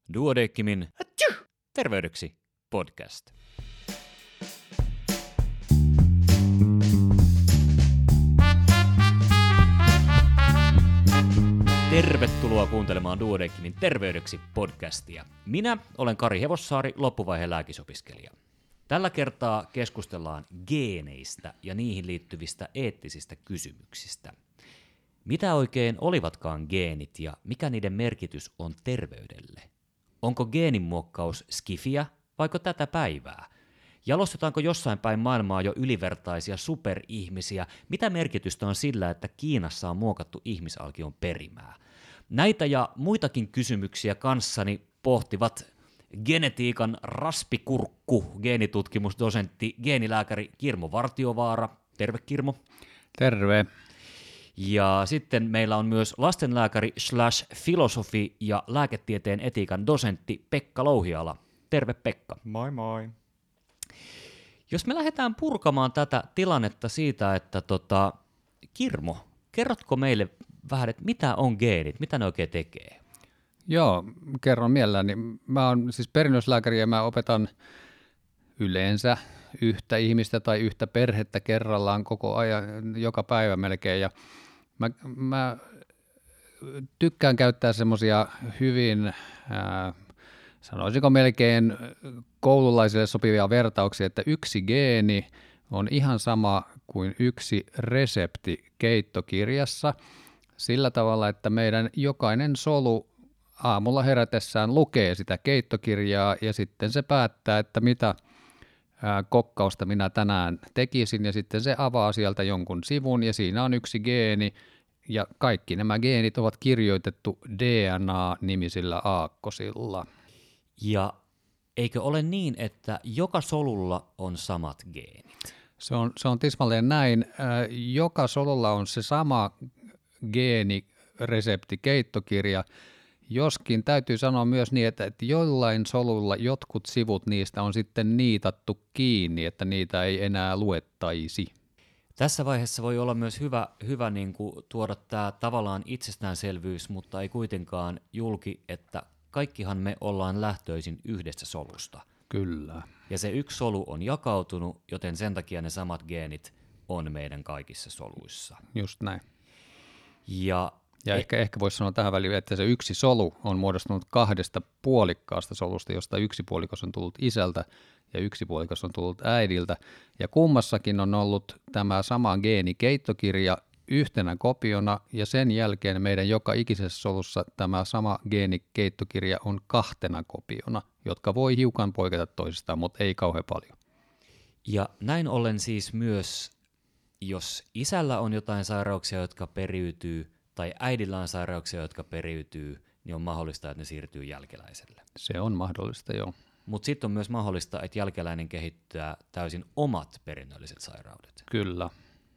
Duodeckimin terveydeksi podcast. Tervetuloa kuuntelemaan Duodeckimin terveydeksi podcastia. Minä olen Kari Hevossaari, loppuvaiheen lääkisopiskelija. Tällä kertaa keskustellaan geeneistä ja niihin liittyvistä eettisistä kysymyksistä. Mitä oikein olivatkaan geenit ja mikä niiden merkitys on terveydelle? Onko geeninmuokkaus skifiä vaiko tätä päivää? Jalostetaanko jossain päin maailmaa jo ylivertaisia superihmisiä? Mitä merkitystä on sillä, että Kiinassa on muokattu ihmisalkion perimää? Näitä ja muitakin kysymyksiä kanssani pohtivat genetiikan raspikurkku, geenitutkimusdosentti, geenilääkäri Kirmo Vartiovaara. Terve Kirmo. Terve. Ja sitten meillä on myös lastenlääkäri / filosofi ja lääketieteen etiikan dosentti Pekka Louhiala. Terve Pekka. Moi moi. Jos me lähdetään purkamaan tätä tilannetta siitä, että Kirmo, kerrotko meille vähän, että mitä on geenit, mitä ne oikein tekee? Joo, kerron mielelläni. Mä oon siis perinnöslääkäri ja mä opetan yleensä yhtä ihmistä tai yhtä perhettä kerrallaan koko ajan, joka päivä melkein. Ja mä tykkään käyttää semmoisia hyvin, sanoisinko melkein koululaisille sopivia vertauksia, että yksi geeni on ihan sama kuin yksi resepti keittokirjassa sillä tavalla, että meidän jokainen solu aamulla herätessään lukee sitä keittokirjaa ja sitten se päättää, että mitä kokkausta minä tänään tekisin ja sitten se avaa sieltä jonkun sivun ja siinä on yksi geeni ja kaikki nämä geenit ovat kirjoitettu DNA-nimisillä aakkosilla. Ja eikö ole niin, että joka solulla on samat geenit? Se on tismalleen näin. Joka solulla on se sama geeniresepti keittokirja, joskin täytyy sanoa myös niin, että jollain solulla jotkut sivut niistä on sitten niitattu kiinni, että niitä ei enää luettaisi. Tässä vaiheessa voi olla myös hyvä niin kuin tuoda tämä tavallaan itsestäänselvyys, mutta ei kuitenkaan julki, että kaikkihan me ollaan lähtöisin yhdestä solusta. Kyllä. Ja se yksi solu on jakautunut, joten sen takia ne samat geenit on meidän kaikissa soluissa. Just näin. Ja ehkä voisi sanoa tähän väliin, että se yksi solu on muodostunut kahdesta puolikkaasta solusta, josta yksi puolikas on tullut isältä ja yksi puolikas on tullut äidiltä. Ja kummassakin on ollut tämä sama geenikeittokirja yhtenä kopiona ja sen jälkeen meidän joka ikisessä solussa tämä sama geenikeittokirja on kahtena kopiona, jotka voi hiukan poiketa toisistaan, mutta ei kauhean paljon. Ja näin ollen siis myös, jos isällä on jotain sairauksia, jotka periytyy, tai äidillä on sairauksia, jotka periytyy, niin on mahdollista, että ne siirtyy jälkeläiselle. Se on mahdollista, joo. Mutta sitten on myös mahdollista, että jälkeläinen kehittää täysin omat perinnölliset sairaudet. Kyllä.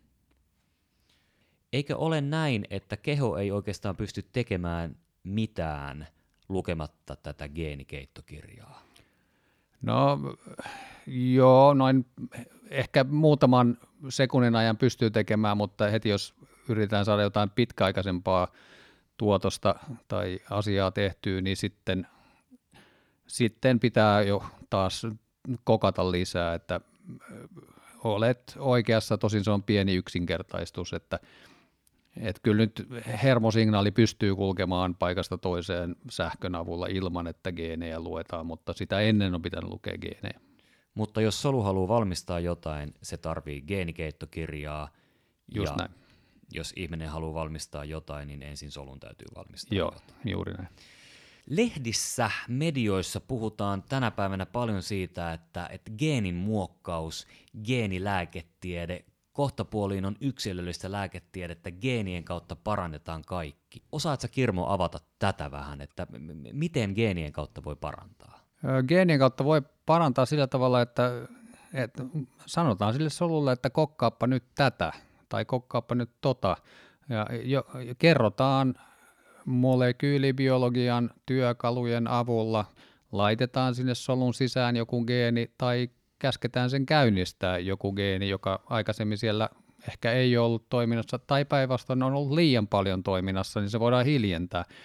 Eikö ole näin, että keho ei oikeastaan pysty tekemään mitään lukematta tätä geenikeittokirjaa? No joo, noin ehkä muutaman sekunnin ajan pystyy tekemään, mutta heti jos yritetään saada jotain pitkäaikaisempaa tuotosta tai asiaa tehtyä, niin sitten pitää jo taas kokata lisää, että olet oikeassa, tosin se on pieni yksinkertaistus, että kyllä nyt hermosignaali pystyy kulkemaan paikasta toiseen sähkön avulla ilman, että geenejä luetaan, mutta sitä ennen on pitänyt lukea geenejä. Mutta jos solu haluaa valmistaa jotain, se tarvii geenikeittokirjaa. Just näin. Jos ihminen haluaa valmistaa jotain, niin ensin solun täytyy valmistaa jotain. Juuri näin. Lehdissä, medioissa puhutaan tänä päivänä paljon siitä, että geenin muokkaus, geenilääketiede, kohtapuoliin on yksilöllistä lääketiedettä, geenien kautta parannetaan kaikki. Osaatko Kirmo avata tätä vähän, että miten geenien kautta voi parantaa? Geenien kautta voi parantaa sillä tavalla, että sanotaan sille solulle, että kokkaappa nyt tätä tai kokkaappa nyt tota. Ja kerrotaan molekyylibiologian työkalujen avulla, laitetaan sinne solun sisään joku geeni tai käsketään sen käynnistää joku geeni, joka aikaisemmin siellä ehkä ei ollut toiminnassa tai päinvastoin on ollut liian paljon toiminnassa, niin se voidaan hiljentää.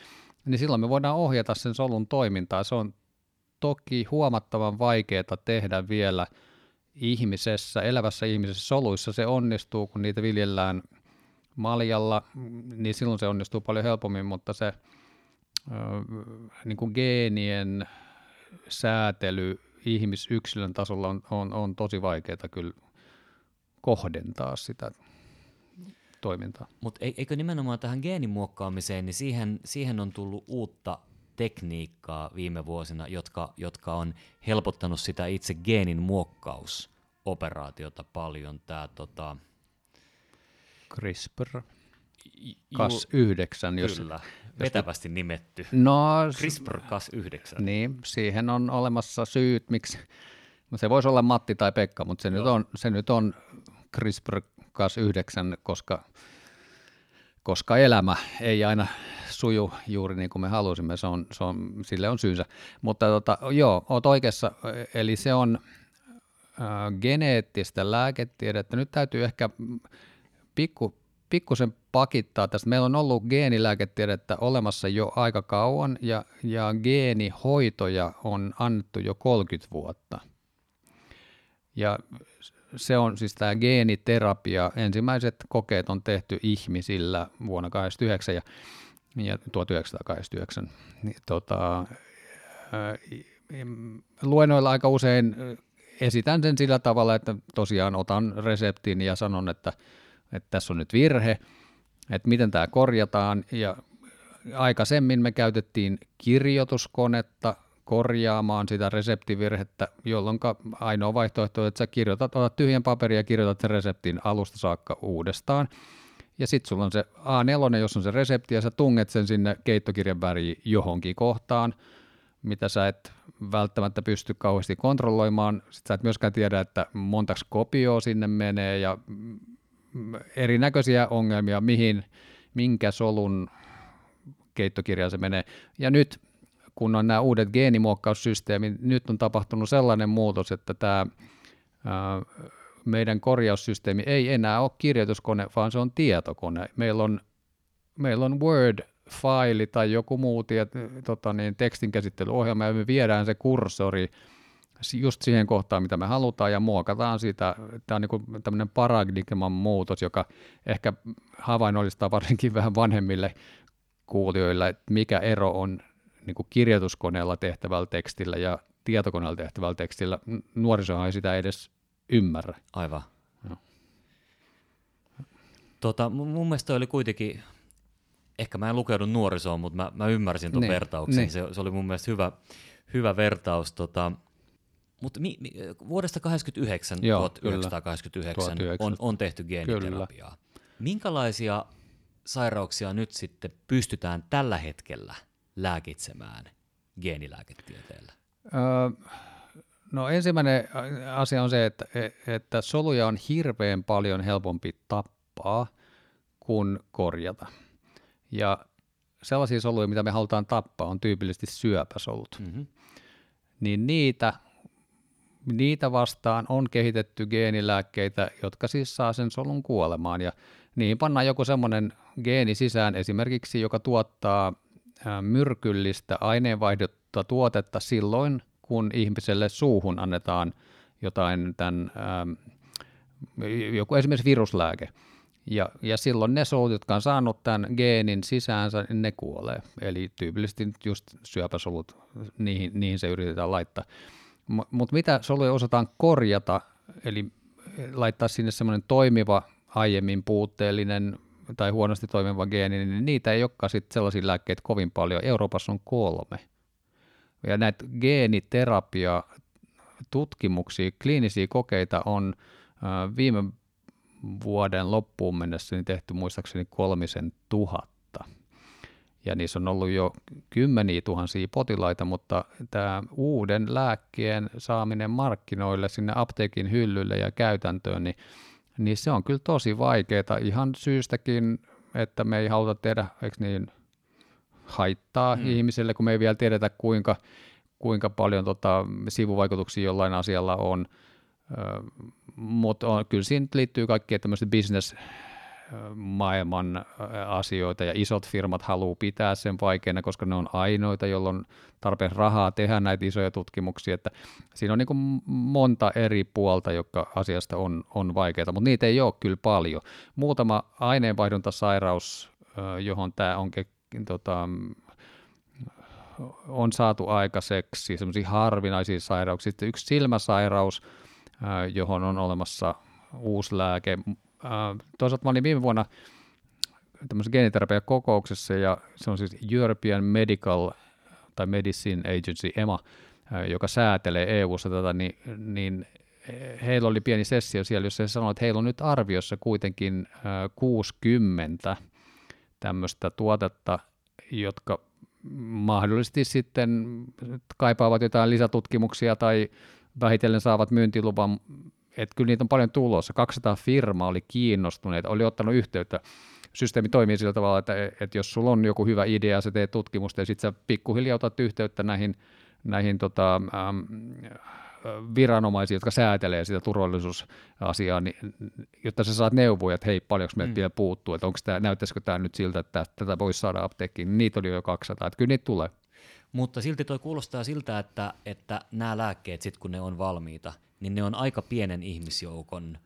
niin silloin me voidaan ohjata sen solun toimintaa. Se on toki huomattavan vaikeaa tehdä vielä elävässä ihmisessä. Soluissa se onnistuu, kun niitä viljellään maljalla, niin silloin se onnistuu paljon helpommin, mutta se niin kuin geenien säätely ihmisyksilön tasolla on tosi vaikeaa kyllä kohdentaa sitä toimintaa. Mutta eikö nimenomaan tähän geenimuokkaamiseen, niin siihen on tullut uutta tekniikkaa viime vuosina, jotka on helpottanut sitä itse geenin muokkausoperaatiota paljon. Tää, CRISPR, Cas9, jos kyllä, vetävästi nimetty. No, CRISPR Cas9. Niin, siihen on olemassa syyt, miksi. Se voisi olla Matti tai Pekka, mutta se nyt on CRISPR Cas9, koska elämä ei aina suju juuri niin kuin me halusimme, sille on syynsä. Mutta joo, olet oikeassa, eli se on geneettistä lääketiedettä. Nyt täytyy ehkä pikkusen pakittaa tästä. Meillä on ollut geenilääketiedettä olemassa jo aika kauan, ja geenihoitoja on annettu jo 30 vuotta. Ja se on siis tämä geeniterapia. Ensimmäiset kokeet on tehty ihmisillä vuonna 1989 ja 1989. Luennoilla aika usein esitän sen sillä tavalla, että tosiaan otan reseptin ja sanon, että tässä on nyt virhe, että miten tämä korjataan. Ja aikaisemmin me käytettiin kirjoituskonetta korjaamaan sitä reseptivirhettä, jolloin ainoa vaihtoehto on, että sä otat tyhjän paperin ja kirjoitat sen reseptin alusta saakka uudestaan. Ja sitten sulla on se A4, jos on se resepti, ja sä tunget sen sinne keittokirjan väriin johonkin kohtaan, mitä sä et välttämättä pysty kauheasti kontrolloimaan. Sitten sä et myöskään tiedä, että montaks kopioa sinne menee, ja erinäköisiä ongelmia, minkä solun keittokirjaan se menee. Ja nyt, kun on nämä uudet geenimuokkaussysteemit, nyt on tapahtunut sellainen muutos, että tämä meidän korjaussysteemi ei enää ole kirjoituskone, vaan se on tietokone. Meillä on Word-faili tai joku muu tekstinkäsittelyohjelma, ja me viedään se kursori just siihen kohtaan, mitä me halutaan, ja muokataan sitä. Tämä on niin kuin tämmöinen paradigman muutos, joka ehkä havainnollistaa varsinkin vähän vanhemmille kuulijoille, että mikä ero on niin kuin kirjoituskoneella tehtävällä tekstillä ja tietokoneella tehtävällä tekstillä. Nuorisohan ei sitä edes ymmärrä. Aivan. No. Mun mielestä oli kuitenkin, ehkä mä en lukenut nuorisoon, mutta mä ymmärsin tuon vertauksen. Se oli mun mielestä hyvä vertaus. Mutta vuodesta 1989 on tehty geeniterapiaa. Kyllä. Minkälaisia sairauksia nyt sitten pystytään tällä hetkellä lääkitsemään geenilääketieteellä? No ensimmäinen asia on se, että soluja on hirveän paljon helpompi tappaa kuin korjata. Ja sellaisia soluja, mitä me halutaan tappaa, on tyypillisesti syöpäsolut. Mm-hmm. Niin niitä vastaan on kehitetty geenilääkkeitä, jotka siis saa sen solun kuolemaan. Ja niihin pannaan joku semmoinen geeni sisään esimerkiksi, joka tuottaa myrkyllistä aineenvaihdetta tuotetta silloin, kun ihmiselle suuhun annetaan jotain joku esimerkiksi viruslääke. Ja silloin ne solut, jotka on saanut tämän geenin sisäänsä, ne kuolee. Eli tyypillisesti just syöpäsolut, niihin se yritetään laittaa. Mutta mitä soluja osataan korjata, eli laittaa sinne semmoinen toimiva, aiemmin puutteellinen tai huonosti toimiva geeni, niin niitä ei olekaan sitten sellaisia lääkkeitä kovin paljon. Euroopassa on 3. Ja näitä geeniterapia-tutkimuksia, kliinisiä kokeita on viime vuoden loppuun mennessä niin tehty muistaakseni 3,000. Ja niissä on ollut jo 10,000 potilaita, mutta tämä uuden lääkkeen saaminen markkinoille sinne apteekin hyllylle ja käytäntöön, niin se on kyllä tosi vaikeaa ihan syystäkin, että me ei haluta tehdä haittaa ihmiselle, kun me ei vielä tiedetä, kuinka paljon sivuvaikutuksia jollain asialla on. Mutta kyllä siinä liittyy kaikkia tämmöistä maailman asioita ja isot firmat haluaa pitää sen vaikeana, koska ne on ainoita, joilla on tarpeeksi rahaa tehdä näitä isoja tutkimuksia, että siinä on niin kuin monta eri puolta, jotka asiasta on vaikeita, mutta niitä ei ole kyllä paljon. Muutama aineenvaihduntasairaus, johon tämä on saatu aikaiseksi, semmoisia harvinaisia sairauksia. Sitten yksi silmäsairaus, johon on olemassa uusi lääke. Toisaalta mä olin viime vuonna tämmöisessä geeniterapiakokouksessa, ja se on siis European Medical tai Medicine Agency, EMA, joka säätelee EU-ssa tätä, niin heillä oli pieni sessio siellä, jossa he sanoivat, että heillä on nyt arviossa kuitenkin 60 tämmöistä tuotetta, jotka mahdollisesti sitten kaipaavat jotain lisätutkimuksia tai vähitellen saavat myyntiluvan, että kyllä niitä on paljon tulossa. 200 firmaa oli kiinnostuneita, oli ottanut yhteyttä. Systeemi toimii sillä tavalla, että jos sulla on joku hyvä idea, sä teet tutkimusta ja sitten sä pikkuhiljaa otat yhteyttä näihin viranomaisiin, jotka säätelee sitä turvallisuusasiaa, niin, jotta sä saat neuvoja, että hei, paljonko meiltä vielä puuttuu, että näyttäisikö tämä nyt siltä, että tätä voisi saada apteekkiin, niin niitä oli jo 200, että kyllä niitä tulee. Mutta silti toi kuulostaa siltä, että nämä lääkkeet, sit kun ne on valmiita, niin ne on aika pienen ihmisjoukon.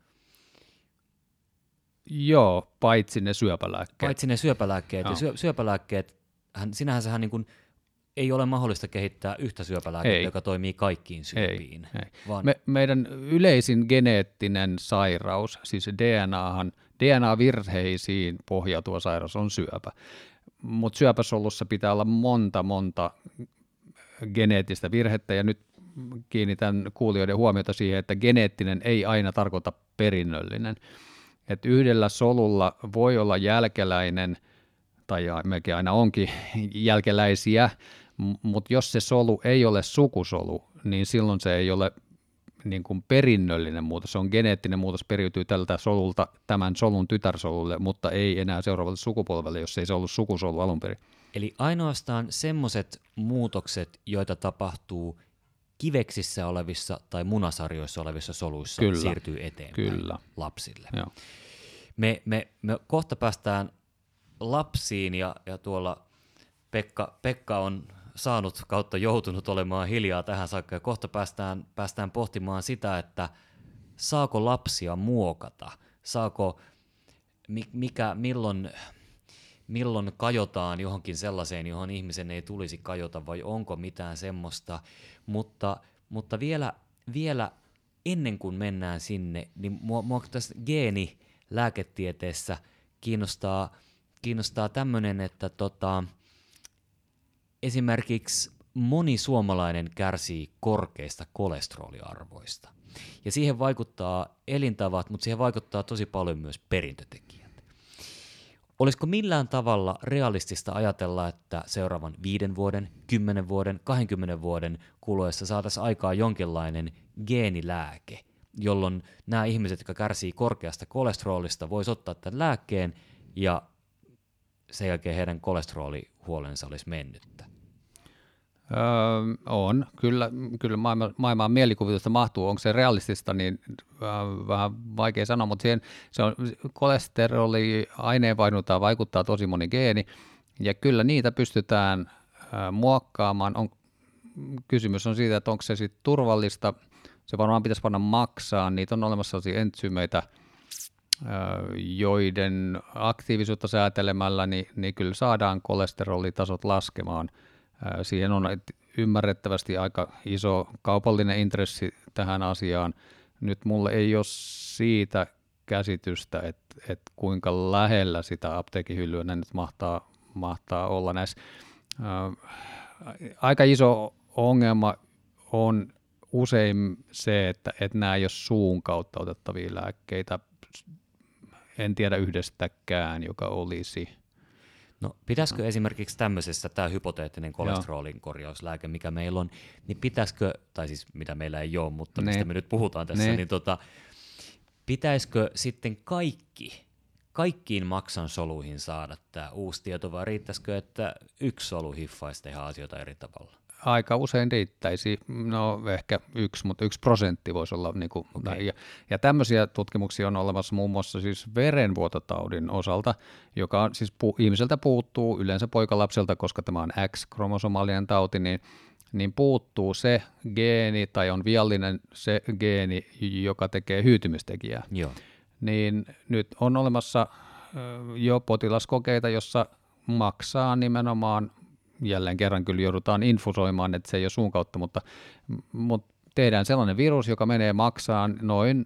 Joo, paitsi ne syöpälääkkeet. Ja syöpälääkkeet, sinähän sehän niin kuin ei ole mahdollista kehittää yhtä syöpälääkettä, joka toimii kaikkiin syöpiin. Ei. Vaan meidän yleisin geneettinen sairaus, siis DNA-virheisiin pohjautuva sairaus on syöpä. Mutta syöpäsolussa pitää olla monta geneettistä virhettä, ja nyt kiinnitän kuulijoiden huomiota siihen, että geneettinen ei aina tarkoita perinnöllinen. Et yhdellä solulla voi olla jälkeläinen, tai melkein aina onkin jälkeläisiä, mutta jos se solu ei ole sukusolu, niin silloin se ei ole niin kuin perinnöllinen muutos. Se on geneettinen muutos, periytyy tältä solulta tämän solun tytärsolulle, mutta ei enää seuraavalle sukupolvelle, jos ei se ollut sukusolu alun perin. Eli ainoastaan semmoiset muutokset, joita tapahtuu kiveksissä olevissa tai munasarjoissa olevissa soluissa, siirtyy eteenpäin lapsille. Joo. Me kohta päästään lapsiin, ja tuolla Pekka on saanut kautta joutunut olemaan hiljaa tähän saakka, ja kohta päästään pohtimaan sitä, että saako lapsia muokata, milloin kajotaan johonkin sellaiseen, johon ihmisen ei tulisi kajota, vai onko mitään semmoista, mutta vielä ennen kuin mennään sinne, niin mua tässä geenilääketieteessä kiinnostaa tämmöinen, että esimerkiksi moni suomalainen kärsii korkeista kolesteroliarvoista. Ja siihen vaikuttaa elintavat, mutta siihen vaikuttaa tosi paljon myös perintötekijät. Olisiko millään tavalla realistista ajatella, että seuraavan 5 vuoden, 10 vuoden, 20 vuoden kuluessa saataisiin aikaa jonkinlainen geenilääke, jolloin nämä ihmiset, jotka kärsii korkeasta kolesterolista, vois ottaa tämän lääkkeen ja sen jälkeen heidän kolesterolihuolensa olisi mennyttä? On. Kyllä maailman mielikuvitusta mahtuu. Onko se realistista, niin vähän vaikea sanoa, mutta se on kolesteroli aineenvaihduntaan vaikuttaa tosi moni geeni, ja kyllä niitä pystytään muokkaamaan. Kysymys on siitä, että onko se sitten turvallista. Se varmaan pitäisi panna maksaa. Niitä on olemassa sellaisia entsyymeitä, joiden aktiivisuutta säätelemällä niin kyllä saadaan kolesterolitasot laskemaan. Siihen on ymmärrettävästi aika iso kaupallinen intressi tähän asiaan. Nyt mulle ei ole siitä käsitystä, että kuinka lähellä sitä apteekihyllyä ne nyt mahtaa olla näissä. Aika iso ongelma on usein se, että nämä ei ole suun kautta otettavia lääkkeitä. En tiedä yhdestäkään, joka olisi. No pitäisikö esimerkiksi tämmöisessä, tämä hypoteettinen kolesterolin korjauslääke, mikä meillä on, niin pitäisikö, tai siis mitä meillä ei ole, mutta mistä me nyt puhutaan tässä, niin pitäisikö sitten kaikkiin maksan soluihin saada tämä uusi tieto, vai riittäisikö, että yksi solu hiffaisi tehdä asioita eri tavalla? aika usein riittäisi, no ehkä 1% voisi olla, niin kuin, ja tämmöisiä tutkimuksia on olemassa muun muassa siis verenvuototaudin osalta, joka on siis ihmiseltä puuttuu, yleensä poikalapselta, koska tämä on X-kromosomaalinen tauti, niin puuttuu se geeni tai on viallinen se geeni, joka tekee hyytymistekijää. Joo. Niin nyt on olemassa jo potilaskokeita, jossa maksaa nimenomaan, jälleen kerran kyllä joudutaan infusoimaan, että se ei ole suun kautta, mutta tehdään sellainen virus, joka menee maksaan noin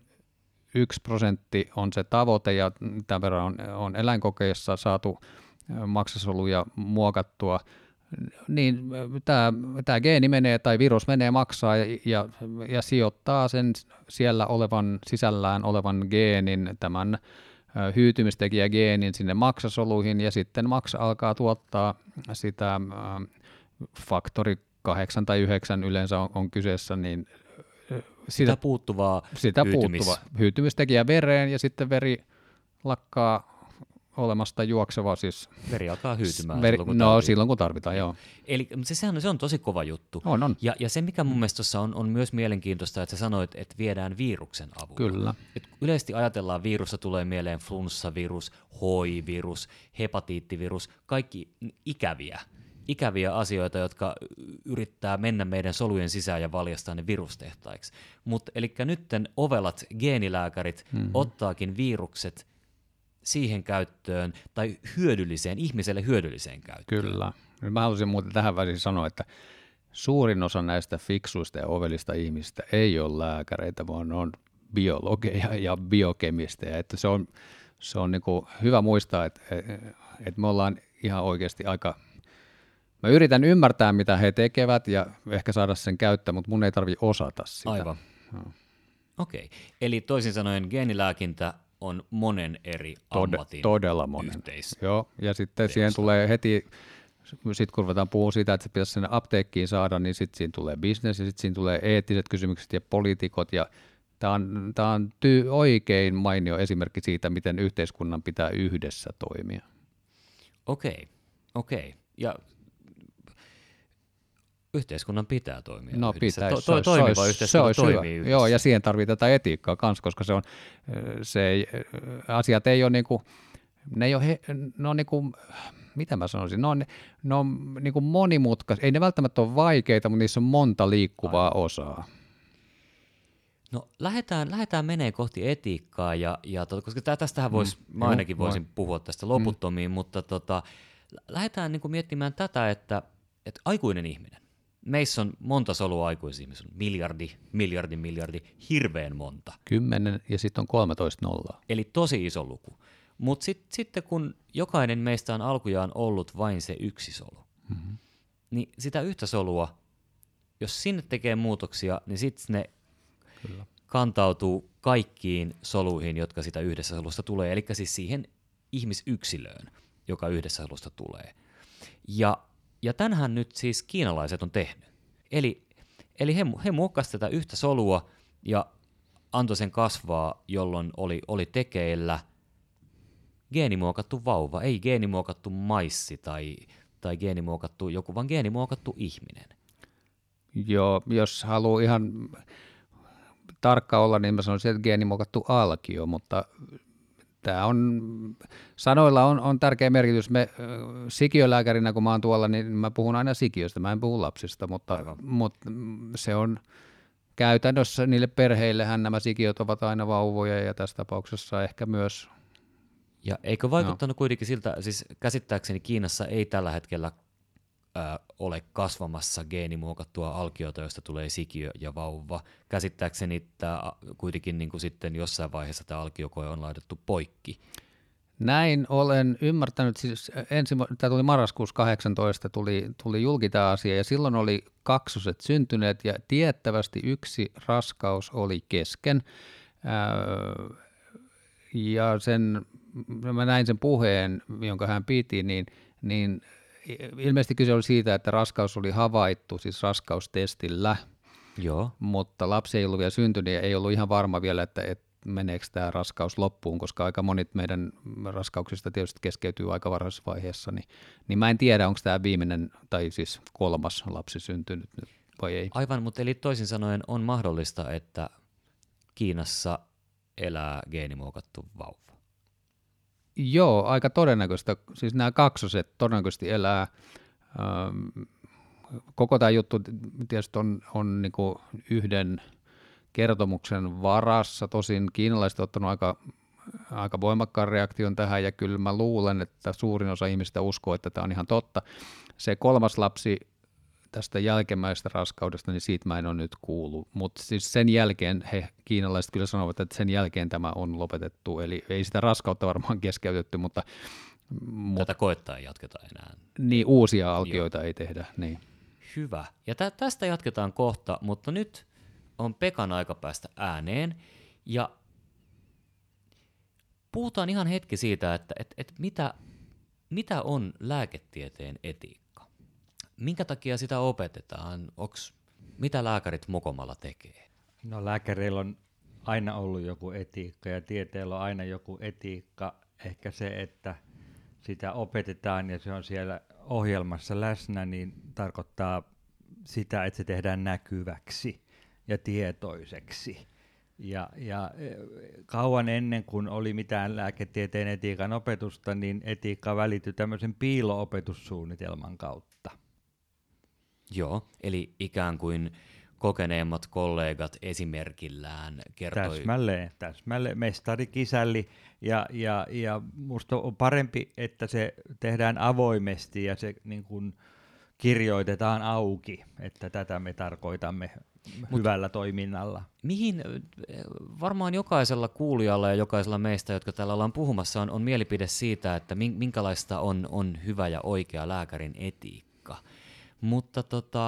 1% on se tavoite, ja tämän verran on eläinkokeissa saatu maksasoluja muokattua, niin tämä geeni menee tai virus menee maksaa ja sijoittaa sen siellä sisällään olevan geenin, tämän hyytymistekijägeenin sinne maksasoluihin, ja sitten maksa alkaa tuottaa sitä faktori 8 tai 9 yleensä on kyseessä, niin sitä puuttuvaa hyytymistekijä vereen, ja sitten veri lakkaa olemasta juokseva, siis veri alkaa hyytymään silloin kun tarvitaan, joo. Eli se on tosi kova juttu. On. Ja se, mikä mun mielestä tuossa on myös mielenkiintoista, että sä sanoit, että viedään viruksen avulla. Kyllä. Et yleisesti ajatellaan, virusta tulee mieleen flunssavirus, HIV-virus, hepatiittivirus, kaikki ikäviä asioita, jotka yrittää mennä meidän solujen sisään ja valjastaa ne virustehtaiksi. Mutta eli nytten ovelat geenilääkärit ottaakin virukset siihen käyttöön tai ihmiselle hyödylliseen käyttöön. Kyllä. Mä haluaisin muuten tähän väliin sanoa, että suurin osa näistä fiksuista ja ovelista ihmisistä ei ole lääkäreitä, vaan on biologeja ja biokemisteja. Että se on niin kuin hyvä muistaa, että me ollaan ihan oikeasti aika... Mä yritän ymmärtää, mitä he tekevät ja ehkä saada sen käyttää, mutta mun ei tarvitse osata sitä. Aivan. No. Okei. Eli toisin sanoen geenilääkintä on monen eri ammatin todella monen. Joo, ja sitten siihen tulee heti, sitten kun ruvetaan puhumaan siitä, että se pitäisi sinne apteekkiin saada, niin sitten siinä tulee business ja sitten siinä tulee eettiset kysymykset ja poliitikot, ja tämä on oikein mainio esimerkki siitä, miten yhteiskunnan pitää yhdessä toimia. Okei. Ja yhteiskunnan pitää toimia no, yhdessä. Toimiva yhteiskunta toimii yhdessä. Joo, ja siihen tarvitaan tätä etiikkaa kanssa, koska asiat ei ole niinku, ne on niinku, mitä mä sanoisin, ne on niinku monimutkaisia, ei ne välttämättä ole vaikeita, mutta niissä on monta liikkuvaa osaa. No lähdetään menee kohti etiikkaa, koska tästähän mä ainakin voisin puhua tästä loputtomiin, mutta lähdetään niinku miettimään tätä, että aikuinen ihminen, meissä on monta solua aikuisihmisiä, miljardi, hirveän monta. 10 ja sitten on 13 nollaa. Eli tosi iso luku. Mutta sitten kun jokainen meistä on alkujaan ollut vain se yksi solu, niin sitä yhtä solua, jos sinne tekee muutoksia, niin sitten ne kantautuu kaikkiin soluihin, jotka sitä yhdessä solusta tulee, eli siis siihen ihmisyksilöön, joka yhdessä solusta tulee. Ja tämänhän nyt siis kiinalaiset on tehnyt. Eli he muokkasivat tätä yhtä solua ja antoi sen kasvaa, jolloin oli tekeillä geenimuokattu vauva, ei geenimuokattu maissi tai geenimuokattu joku, vaan geenimuokattu ihminen. Joo, jos haluaa ihan tarkka olla, niin mä sanoisin, että geenimuokattu alkio, mutta tämä sanoilla on tärkeä merkitys. Me sikiölääkärinä, kun mä oon tuolla, niin mä puhun aina sikiöstä, mä en puhu lapsista, mutta se on käytännössä niille perheillehän nämä sikiöt ovat aina vauvoja ja tässä tapauksessa ehkä myös. Ja eikö vaikuttanut kuitenkin siltä, siis käsittääkseni Kiinassa ei tällä hetkellä ole kasvamassa geenimuokattua alkiota, josta tulee sikiö ja vauva. Käsittääkseni tämä kuitenkin niin kuin sitten jossain vaiheessa tämä alkiokoe on laitettu poikki. Näin olen ymmärtänyt, siis tämä tuli marraskuussa 18, tuli julki tämä asia ja silloin oli kaksoset syntyneet ja tiettävästi yksi raskaus oli kesken ja mä näin sen puheen, jonka hän piti, niin ilmeisesti kyse oli siitä, että raskaus oli havaittu, siis raskaustestillä, Joo. mutta lapsi ei ollut vielä syntynyt ja ei ollut ihan varma vielä, että että meneekö tämä raskaus loppuun, koska aika monet meidän raskauksista tietysti keskeytyy aika varhaisessa vaiheessa, niin mä en tiedä, onko tämä viimeinen tai siis 3. lapsi syntynyt nyt vai ei. Aivan, mutta eli toisin sanoen on mahdollista, että Kiinassa elää geenimuokattu vauva. Joo, aika todennäköistä. Siis nämä kaksoset todennäköisesti elää. Koko tämä juttu tietysti on niin kuin yhden kertomuksen varassa. Tosin kiinalaiset on ottanut aika voimakkaan reaktion tähän, ja kyllä mä luulen, että suurin osa ihmistä uskoo, että tämä on ihan totta. Se 3. lapsi tästä jälkimmäisestä raskaudesta, niin siitä mä en ole nyt kuullut. Mutta siis sen jälkeen kiinalaiset kyllä sanovat, että sen jälkeen tämä on lopetettu. Eli ei sitä raskautta varmaan keskeytetty, mutta tätä koettaa ei jatketa enää. Niin, uusia alkioita ei tehdä. Niin. Hyvä. Ja tästä jatketaan kohta, mutta nyt on Pekan aika päästä ääneen. Ja puhutaan ihan hetki siitä, että mitä on lääketieteen etiikka. Minkä takia sitä opetetaan? Mitä lääkärit mokomalla tekee? No lääkäreillä on aina ollut joku etiikka ja tieteellä on aina joku etiikka. Ehkä se, että sitä opetetaan ja se on siellä ohjelmassa läsnä, niin tarkoittaa sitä, että se tehdään näkyväksi ja tietoiseksi. Ja kauan ennen kuin oli mitään lääketieteen etiikan opetusta, niin etiikka välittyi tämmöisen piilo-opetussuunnitelman kautta. Joo, eli ikään kuin kokeneemmat kollegat esimerkillään kertoi. Täsmälleen mestari kisälli, ja musta on parempi, että se tehdään avoimesti ja se niin kuin kirjoitetaan auki, että tätä me tarkoitamme hyvällä toiminnalla. Mihin varmaan jokaisella kuulijalla ja jokaisella meistä, jotka täällä ollaan puhumassa, on mielipide siitä, että minkälaista on hyvä ja oikea lääkärin etiikka. Mutta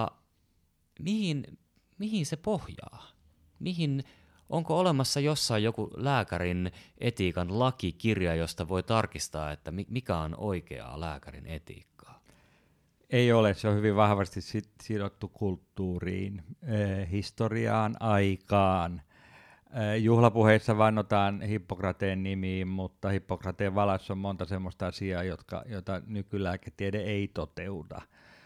mihin se pohjaa? Onko olemassa jossain joku lääkärin etiikan lakikirja, josta voi tarkistaa, että mikä on oikeaa lääkärin etiikkaa? Ei ole, se on hyvin vahvasti sidottu kulttuuriin, historiaan, aikaan. Juhlapuheissa vannotaan Hippokrateen nimiin, mutta Hippokrateen valassa on monta semmoista asiaa, jota nykylääketiede ei toteuta.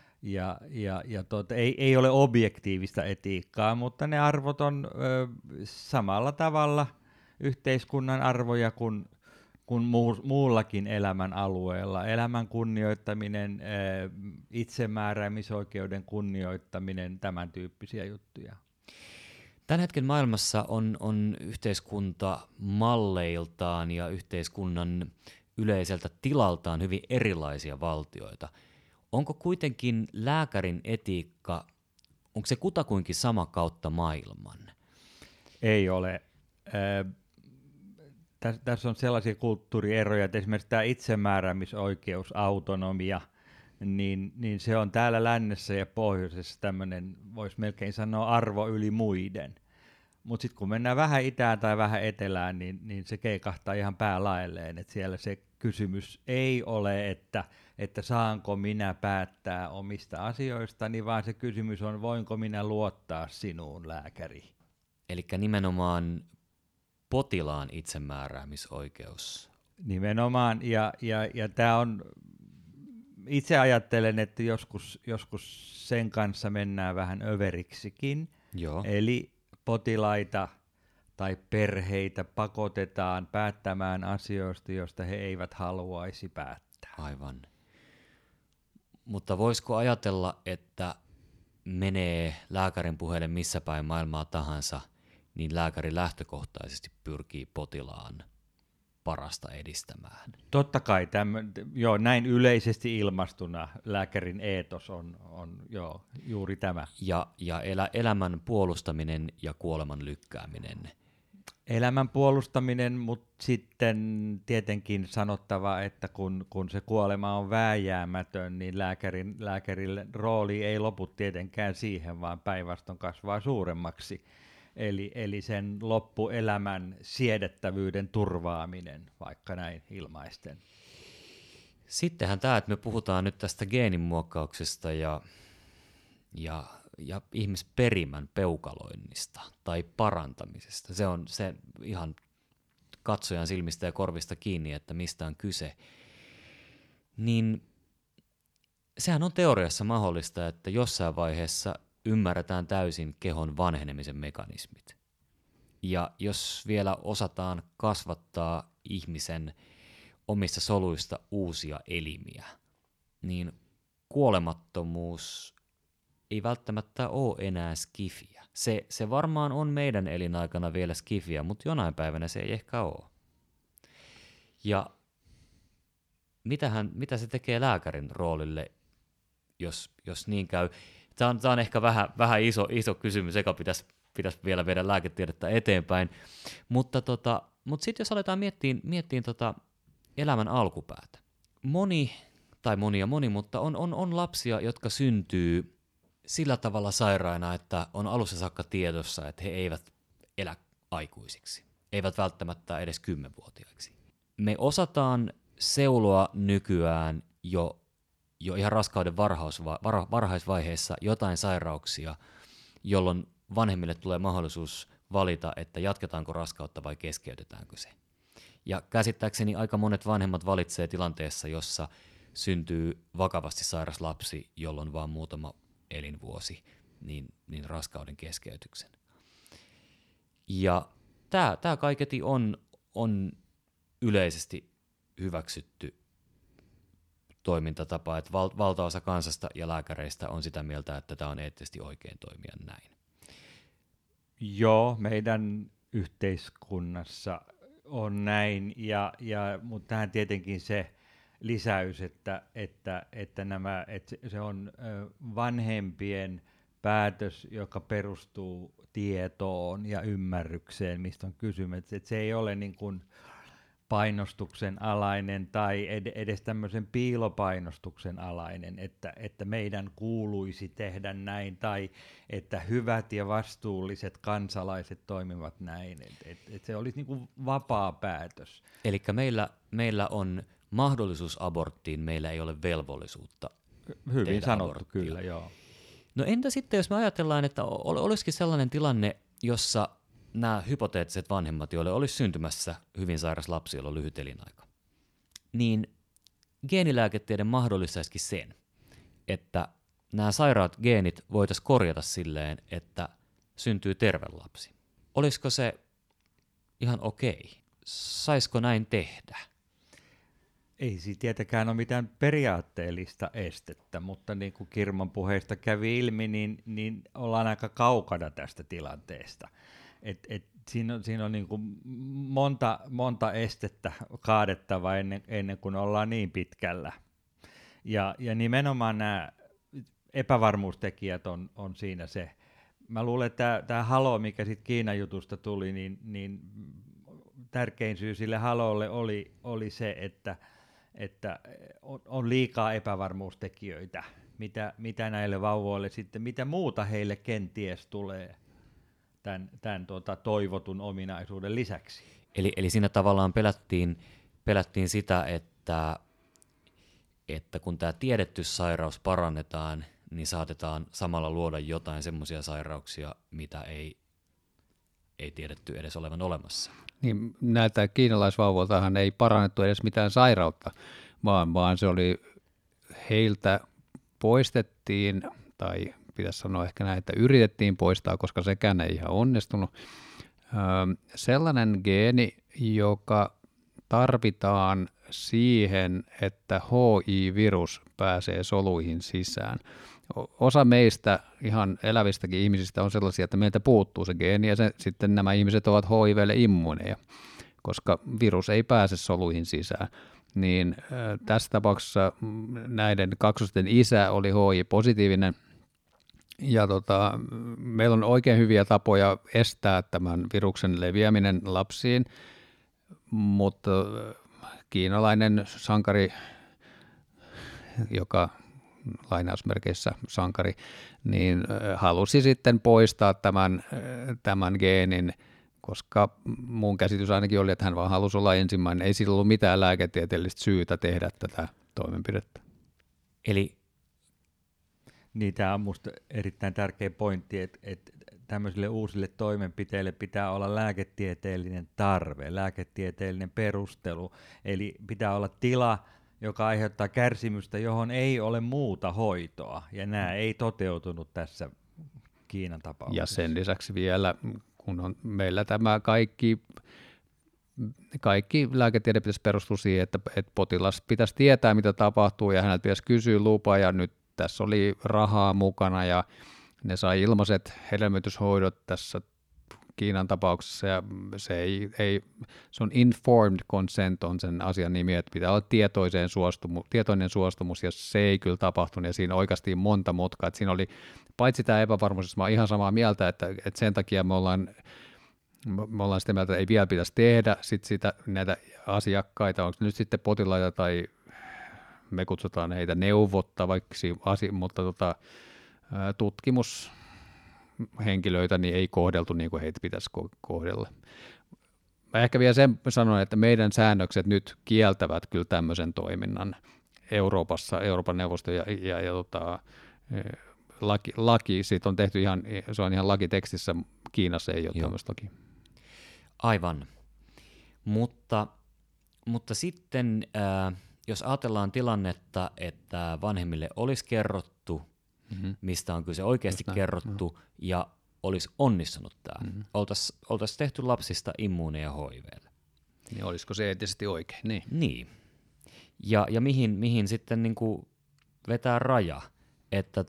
Ei ole objektiivista etiikkaa, mutta ne arvot on samalla tavalla yhteiskunnan arvoja kuin muullakin elämän alueella. Elämän kunnioittaminen, itsemääräämisoikeuden kunnioittaminen, tämän tyyppisiä juttuja. Tämän hetken maailmassa on yhteiskunta malleiltaan ja yhteiskunnan yleiseltä tilaltaan hyvin erilaisia valtioita. Onko kuitenkin lääkärin etiikka, onko se kutakuinkin sama kautta maailman? Ei ole. Tässä on sellaisia kulttuurieroja, että esimerkiksi tämä itsemääräämisoikeus, autonomia, niin se on täällä lännessä ja pohjoisessa tämmöinen, voisi melkein sanoa, arvo yli muiden. Mutta sitten kun mennään vähän itään tai vähän etelään, niin se keikahtaa ihan päälaelleen, että siellä se kysymys ei ole, että saanko minä päättää omista asioistani, vaan se kysymys on, voinko minä luottaa sinuun, lääkäri. Eli nimenomaan potilaan itsemääräämisoikeus. Nimenomaan, ja tämä on, itse ajattelen, että joskus sen kanssa mennään vähän överiksikin. Joo. Eli potilaita tai perheitä pakotetaan päättämään asioista, joista he eivät haluaisi päättää. Aivan. Mutta voisiko ajatella, että menee lääkärin puheelle missä päin maailmaa tahansa, niin lääkäri lähtökohtaisesti pyrkii potilaan parasta edistämään? Totta kai, näin yleisesti ilmastuna lääkärin eetos on juuri tämä. Ja elämän puolustaminen ja kuoleman lykkääminen. Elämän puolustaminen, mutta sitten tietenkin sanottava, että kun se kuolema on vääjäämätön, niin lääkärille rooli ei lopu tietenkään siihen, vaan päinvastoin kasvaa suuremmaksi. Eli sen loppuelämän siedettävyyden turvaaminen, vaikka näin ilmaisten. Sittenhän tämä, että me puhutaan nyt tästä geeninmuokkauksesta ja ihmisperimän peukaloinnista tai parantamisesta. Se on se ihan katsojan silmistä ja korvista kiinni, että mistä on kyse, niin sehän on teoriassa mahdollista, että jossain vaiheessa ymmärretään täysin kehon vanhenemisen mekanismit. Ja jos vielä osataan kasvattaa ihmisen omista soluista uusia elimiä, niin kuolemattomuus ei välttämättä ole enää skifiä. Se varmaan on meidän elinaikana vielä skifiä, mutta jonain päivänä se ei ehkä ole. Ja mitä se tekee lääkärin roolille, jos niin käy? Tämä on ehkä vähän iso kysymys, joka pitäisi vielä viedä lääketiedettä eteenpäin. Mutta sitten jos aletaan miettiä elämän alkupäätä. Moni, mutta on lapsia, jotka syntyy sillä tavalla sairaina, että on alussa saakka tiedossa, että he eivät elä aikuisiksi. Eivät välttämättä edes 10-vuotiaiksi. Me osataan seuloa nykyään jo ihan raskauden varhaisvaiheessa jotain sairauksia, jolloin vanhemmille tulee mahdollisuus valita, että jatketaanko raskautta vai keskeytetäänkö se. Ja käsittääkseni aika monet vanhemmat valitsee tilanteessa, jossa syntyy vakavasti sairas lapsi, jolloin vaan muutama elinvuosi, niin raskauden keskeytyksen. Ja tämä kaiketi on yleisesti hyväksytty toimintatapa, että valtaosa kansasta ja lääkäreistä on sitä mieltä, että tämä on eettisesti oikein toimia näin. Joo, meidän yhteiskunnassa on näin, mutta tähän tietenkin se lisäys, että se on vanhempien päätös, joka perustuu tietoon ja ymmärrykseen, mistä on kysymys. Että se ei ole niin kuin painostuksen alainen tai edes tämmöisen piilopainostuksen alainen, että meidän kuuluisi tehdä näin tai että hyvät ja vastuulliset kansalaiset toimivat näin. Et se olisi niin kuin vapaa päätös. Eli meillä on mahdollisuus aborttiin, meillä ei ole velvollisuutta. Hyvin sanottu, aborttia. kyllä, joo. No entä sitten, jos me ajatellaan, että olisikin sellainen tilanne, jossa nämä hypoteettiset vanhemmat, joille olisi syntymässä hyvin sairas lapsi, jolla on lyhyt elinaika, niin geenilääketiede mahdollistaisikin sen, että nämä sairaat geenit voitaisiin korjata silleen, että syntyy terve lapsi. Olisiko se ihan okei? Saisiko näin tehdä? Ei siitä tietenkään ole mitään periaatteellista estettä, mutta niin kuin Kirman puheista kävi ilmi, niin ollaan aika kaukana tästä tilanteesta. Siinä on niin kuin monta estettä kaadettava ennen kuin ollaan niin pitkällä. Ja nimenomaan nämä epävarmuustekijät on siinä se. Mä luulen, että tämä halo, mikä sitten Kiinan jutusta tuli, niin tärkein syy sille halolle oli se, että on liikaa epävarmuustekijöitä, mitä näille vauvoille sitten, mitä muuta heille kenties tulee tämän toivotun ominaisuuden lisäksi. Eli siinä tavallaan pelättiin sitä, että kun tämä tiedetty sairaus parannetaan, niin saatetaan samalla luoda jotain semmoisia sairauksia, mitä ei tiedetty edes olevan olemassa. Niin, näiltä kiinalaisvauvoiltahan ei parannettu edes mitään sairautta, vaan se oli heiltä poistettiin, tai pitäisi sanoa ehkä näin, että yritettiin poistaa, koska sekään ei ihan onnistunut, sellainen geeni, joka tarvitaan siihen, että HI-virus pääsee soluihin sisään. Osa meistä ihan elävistäkin ihmisistä on sellaisia, että meiltä puuttuu se geeni ja sitten nämä ihmiset ovat HIV:lle immuuneja, koska virus ei pääse soluihin sisään. Niin tässä tapauksessa näiden kaksosten isä oli HI-positiivinen ja meillä on oikein hyviä tapoja estää tämän viruksen leviäminen lapsiin, mutta kiinalainen sankari, joka lainausmerkeissä sankari, niin halusi sitten poistaa tämän geenin, koska mun käsitys ainakin oli, että hän vaan halusi olla ensimmäinen. Ei sillä ollut mitään lääketieteellistä syytä tehdä tätä toimenpidettä. Eli niin, tämä on minusta erittäin tärkeä pointti, että tämmöisille uusille toimenpiteille pitää olla lääketieteellinen tarve, lääketieteellinen perustelu, eli pitää olla tila, joka aiheuttaa kärsimystä, johon ei ole muuta hoitoa, ja nämä ei toteutunut tässä Kiinan tapauksessa. Ja sen lisäksi vielä, kun on meillä tämä kaikki lääketiede pitäisi perustua siihen, että potilas pitäisi tietää, mitä tapahtuu, ja häneltä pitäisi kysyä lupa, ja nyt tässä oli rahaa mukana, ja ne sai ilmaiset hedelmöityshoidot tässä Kiinan tapauksessa, ja se on informed consent on sen asian nimi, että pitää olla tietoinen suostumus, ja se ei kyllä tapahtunut, ja siinä oikeasti monta mutkaa, että siinä oli, paitsi tämä epävarmuus, mä oon ihan samaa mieltä, että sen takia me ollaan sitä mieltä, että ei vielä pitäisi tehdä näitä asiakkaita, onko nyt sitten potilaita tai me kutsutaan heitä neuvottavaiksi, mutta tutkimushenkilöitä niin ei kohdeltu niin kuin heitä pitäisi kohdella. Mä ehkä vielä sen sanon, että meidän säännökset nyt kieltävät kyllä tämmöisen toiminnan Euroopassa, Euroopan neuvosto ja laki, siitä on tehty se on ihan lakitekstissä, Kiinassa ei ole tämmöistä lakia. Aivan, mutta sitten jos ajatellaan tilannetta, että vanhemmille olisi kerrottu, mistä on kyse oikeasti kerrottu, ja olisi onnistunut tämä, oltaisiin tehty lapsista immuuneja HIV:lle. Niin olisiko se eettisesti oikein? Niin. Ja mihin sitten niin kuin vetää raja, että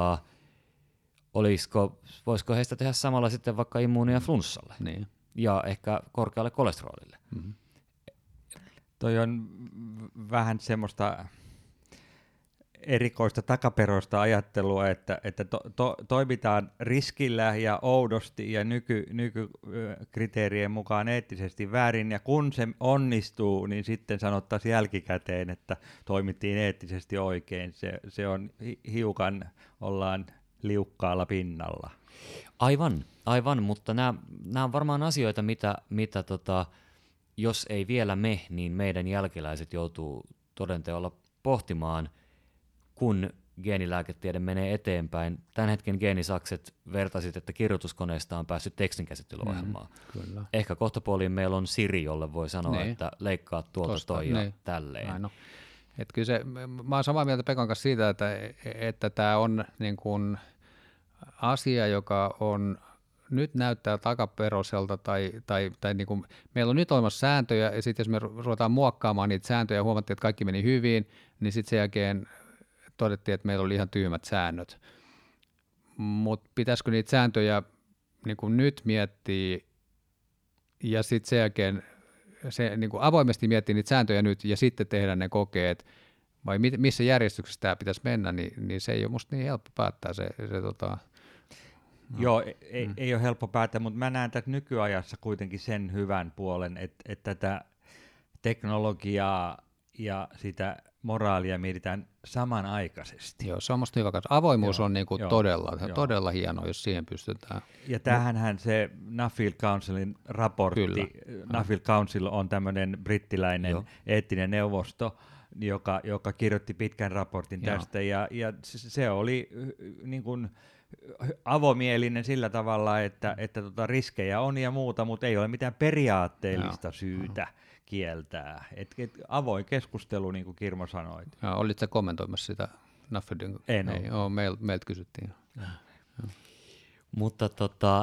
voisiko heistä tehdä samalla sitten vaikka immuunia flunssalle ja ehkä korkealle kolesterolille. Toi on vähän semmoista erikoista takaperoista ajattelua, että toimitaan riskillä ja oudosti ja nykykriteerien mukaan eettisesti väärin, ja kun se onnistuu, niin sitten sanottaisiin jälkikäteen, että toimittiin eettisesti oikein. Se on hiukan, ollaan liukkaalla pinnalla. Aivan, mutta nämä on varmaan asioita, mitä jos ei vielä me, niin meidän jälkeläiset joutuu todenteolla pohtimaan, kun geenilääketiede menee eteenpäin. Tämän hetken geenisakset vertaisit, että kirjoituskoneesta on päässyt tekstinkäsittelyohjelmaan. Kyllä. Ehkä kohtapuoliin meillä on Siri, jolle voi sanoa, että leikkaa tuolta toi ja tälleen. Kyllä mä oon samaa mieltä Pekan kanssa siitä, että tämä on niin kuin asia, joka on nyt näyttää takaperoiselta tai niin kuin, meillä on nyt olemassa sääntöjä, ja sitten jos me ruvetaan muokkaamaan niitä sääntöjä ja huomattiin, että kaikki meni hyvin, niin sitten sen jälkeen todettiin, että meillä oli ihan tyhmät säännöt. Mutta pitäisikö niitä sääntöjä niin kuin nyt miettiä ja sitten sen jälkeen niin kuin avoimesti miettiä niitä sääntöjä nyt ja sitten tehdä ne kokeet, vai missä järjestyksessä tämä pitäisi mennä, niin se ei ole musta niin helppo päättää Joo, ei ole helppo päättää, mutta mä näen tässä nykyajassa kuitenkin sen hyvän puolen, että tätä teknologiaa ja sitä moraalia mietitään samanaikaisesti. Joo, se on musta hyvä. Avoimuus on niinku todella hieno, jos siihen pystytään. Ja tämähän se Nuffield Councilin raportti. Kyllä. Nuffield Council on tämmöinen brittiläinen eettinen neuvosto, joka kirjoitti pitkän raportin tästä, ja se oli niin kuin avomielinen sillä tavalla, että riskejä on ja muuta, mutta ei ole mitään periaatteellista syytä kieltää. Avoin keskustelu, niin kuin Kirmo sanoit. Olitko kommentoimassa sitä Nuffieldin? En ole. Meiltä kysyttiin. Mutta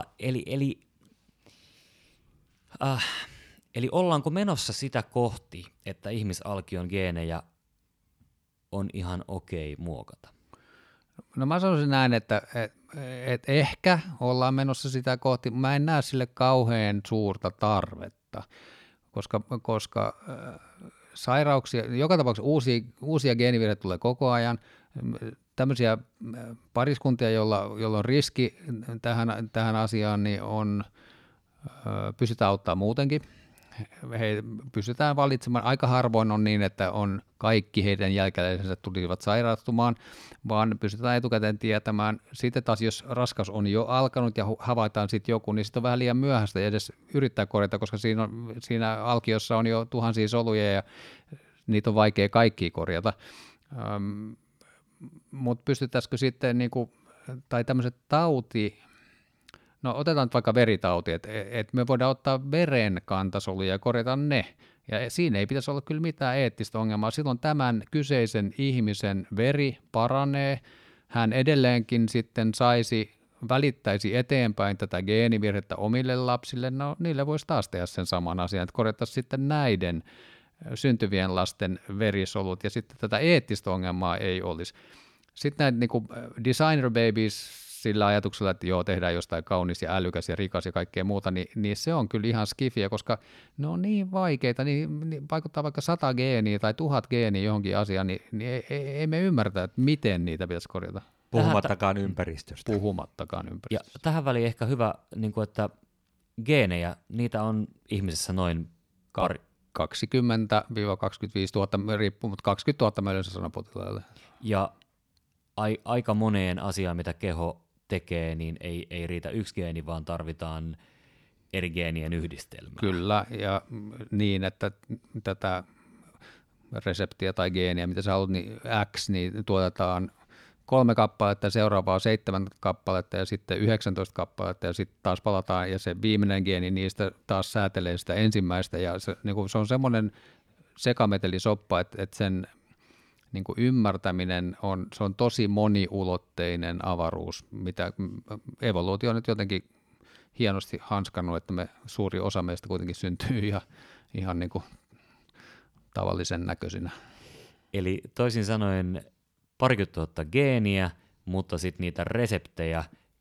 eli ollaanko menossa sitä kohti, että ihmisalkion geenejä on ihan okei muokata? No mä sanoisin näin, että ehkä ollaan menossa sitä kohti. Mä en näe sille kauhean suurta tarvetta, koska sairauksia, joka tapauksessa uusia geenivirheitä tulee koko ajan. Tämmöisiä pariskuntia, joilla on riski tähän asiaan, niin pystytään auttamaan muutenkin. He pystytään valitsemaan. Aika harvoin on niin, että on kaikki heidän jälkeläisensä tulisivat sairastumaan, vaan pystytään etukäteen tietämään. Sitten taas, jos raskaus on jo alkanut ja havaitaan sitten joku, niin sitten on vähän liian myöhäistä edes yrittää korjata, koska siinä alkiossa on jo tuhansia soluja ja niitä on vaikea kaikkia korjata. Mutta pystyttäisikö sitten, tai tämmöiset No otetaan nyt vaikka veritauti, että me voidaan ottaa veren kantasoluja ja korjata ne. Ja siinä ei pitäisi olla kyllä mitään eettistä ongelmaa. Silloin tämän kyseisen ihmisen veri paranee. Hän edelleenkin sitten välittäisi eteenpäin tätä geenivirhettä omille lapsille. No niille voisi taas tehdä sen saman asian, että korjattaisiin sitten näiden syntyvien lasten verisolut ja sitten tätä eettistä ongelmaa ei olisi. Sitten näitä niin kuin designer babies sillä ajatuksella, että joo, tehdään jostain kaunis ja älykäs ja rikas ja kaikkea muuta, niin se on kyllä ihan skifiä, koska ne on niin vaikeita, niin vaikuttaa vaikka 100 geeniä tai 1000 geeniä johonkin asiaan, niin ei me ymmärtä, että miten niitä pitäisi korjata. Puhumattakaan ympäristöstä. Ja tähän väliin ehkä hyvä, niin kuin, että geenejä, niitä on ihmisessä noin 20-25 000 riippuu, mutta 20 000 mä yleensä sanon potilaalle. Ja aika moneen asiaan, mitä keho tekee, niin ei riitä yksi geeni, vaan tarvitaan eri geenien yhdistelmää. Kyllä, ja niin, että tätä reseptiä tai geeniä, mitä sä haluat, niin X, niin tuotetaan 3 kappaletta, seuraavaa 7 kappaletta ja sitten 19 kappaletta ja sitten taas palataan ja se viimeinen geeni niistä taas säätelee sitä ensimmäistä ja se, niin kuin se on semmoinen sekametelisoppa, että sen niin kuin ymmärtäminen on tosi moniulotteinen avaruus, mitä evoluutio on nyt jotenkin hienosti hanskannut, että suuri osa meistä kuitenkin syntyy ihan niin kuin tavallisen näköisinä. Eli toisin sanoen 20 000 geeniä, mutta sitten niitä reseptejä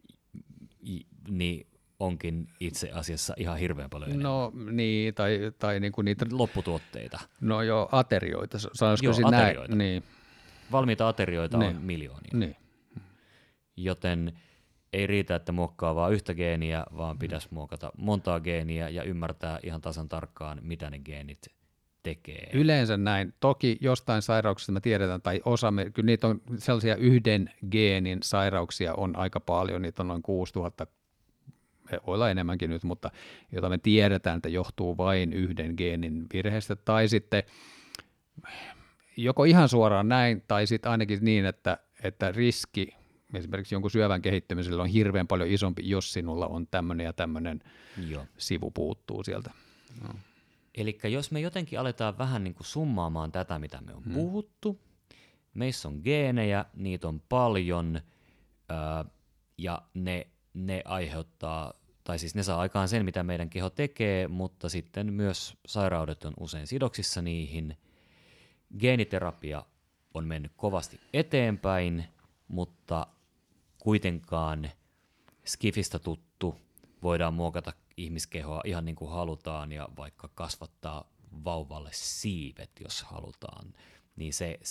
niin onkin itse asiassa ihan hirveän paljon enemmän. No niin, tai niinku niitä lopputuotteita. No joo, aterioita, sanoisiko aterioita. Näin? Niin. Valmiita aterioita on miljoonia. Niin. Joten ei riitä, että muokkaa vaan yhtä geeniä, vaan pitäisi muokata montaa geeniä ja ymmärtää ihan tasan tarkkaan, mitä ne geenit tekee. Yleensä näin. Toki jostain sairauksista me tiedetään, tai kyllä niitä on sellaisia yhden geenin sairauksia on aika paljon, niitä on noin 6000, voi olla enemmänkin nyt, mutta jota me tiedetään, että johtuu vain yhden geenin virheestä, tai sitten joko ihan suoraan näin, tai sitten ainakin niin, että riski esimerkiksi jonkun syövän kehittymisellä on hirveän paljon isompi, jos sinulla on tämmöinen ja tämmöinen sivu puuttuu sieltä. No. Eli jos me jotenkin aletaan vähän niin kuin summaamaan tätä, mitä me on puhuttu, meissä on geenejä, niitä on paljon, ja ne aiheuttaa, tai siis ne saa aikaan sen, mitä meidän keho tekee, mutta sitten myös sairaudet on usein sidoksissa niihin. Geeniterapia on mennyt kovasti eteenpäin, mutta kuitenkaan skifistä tuttu voidaan muokata ihmiskehoa ihan niin kuin halutaan ja vaikka kasvattaa vauvalle siivet, jos halutaan, niin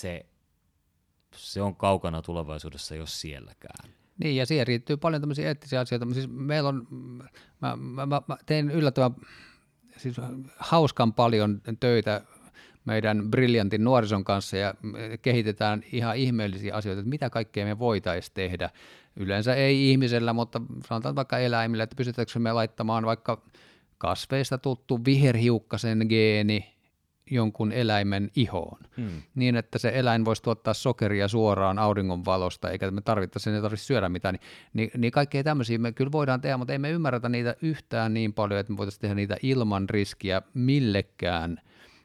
se on kaukana tulevaisuudessa, jos sielläkään. Niin, ja siihen riittyy paljon tämmöisiä eettisiä asioita. Siis meillä on, mä tein yllättävän, siis hauskan paljon töitä meidän briljantin nuorison kanssa ja kehitetään ihan ihmeellisiä asioita, että mitä kaikkea me voitaisiin tehdä. Yleensä ei ihmisellä, mutta sanotaan vaikka eläimillä, että pystytäänkö me laittamaan vaikka kasveista tuttu viherhiukkasen geeni jonkun eläimen ihoon, niin että se eläin voisi tuottaa sokeria suoraan auringonvalosta, eikä me tarvitse syödä mitään, niin kaikkea tämmöisiä me kyllä voidaan tehdä, mutta ei me ymmärretä niitä yhtään niin paljon, että me voitaisiin tehdä niitä ilman riskiä millekään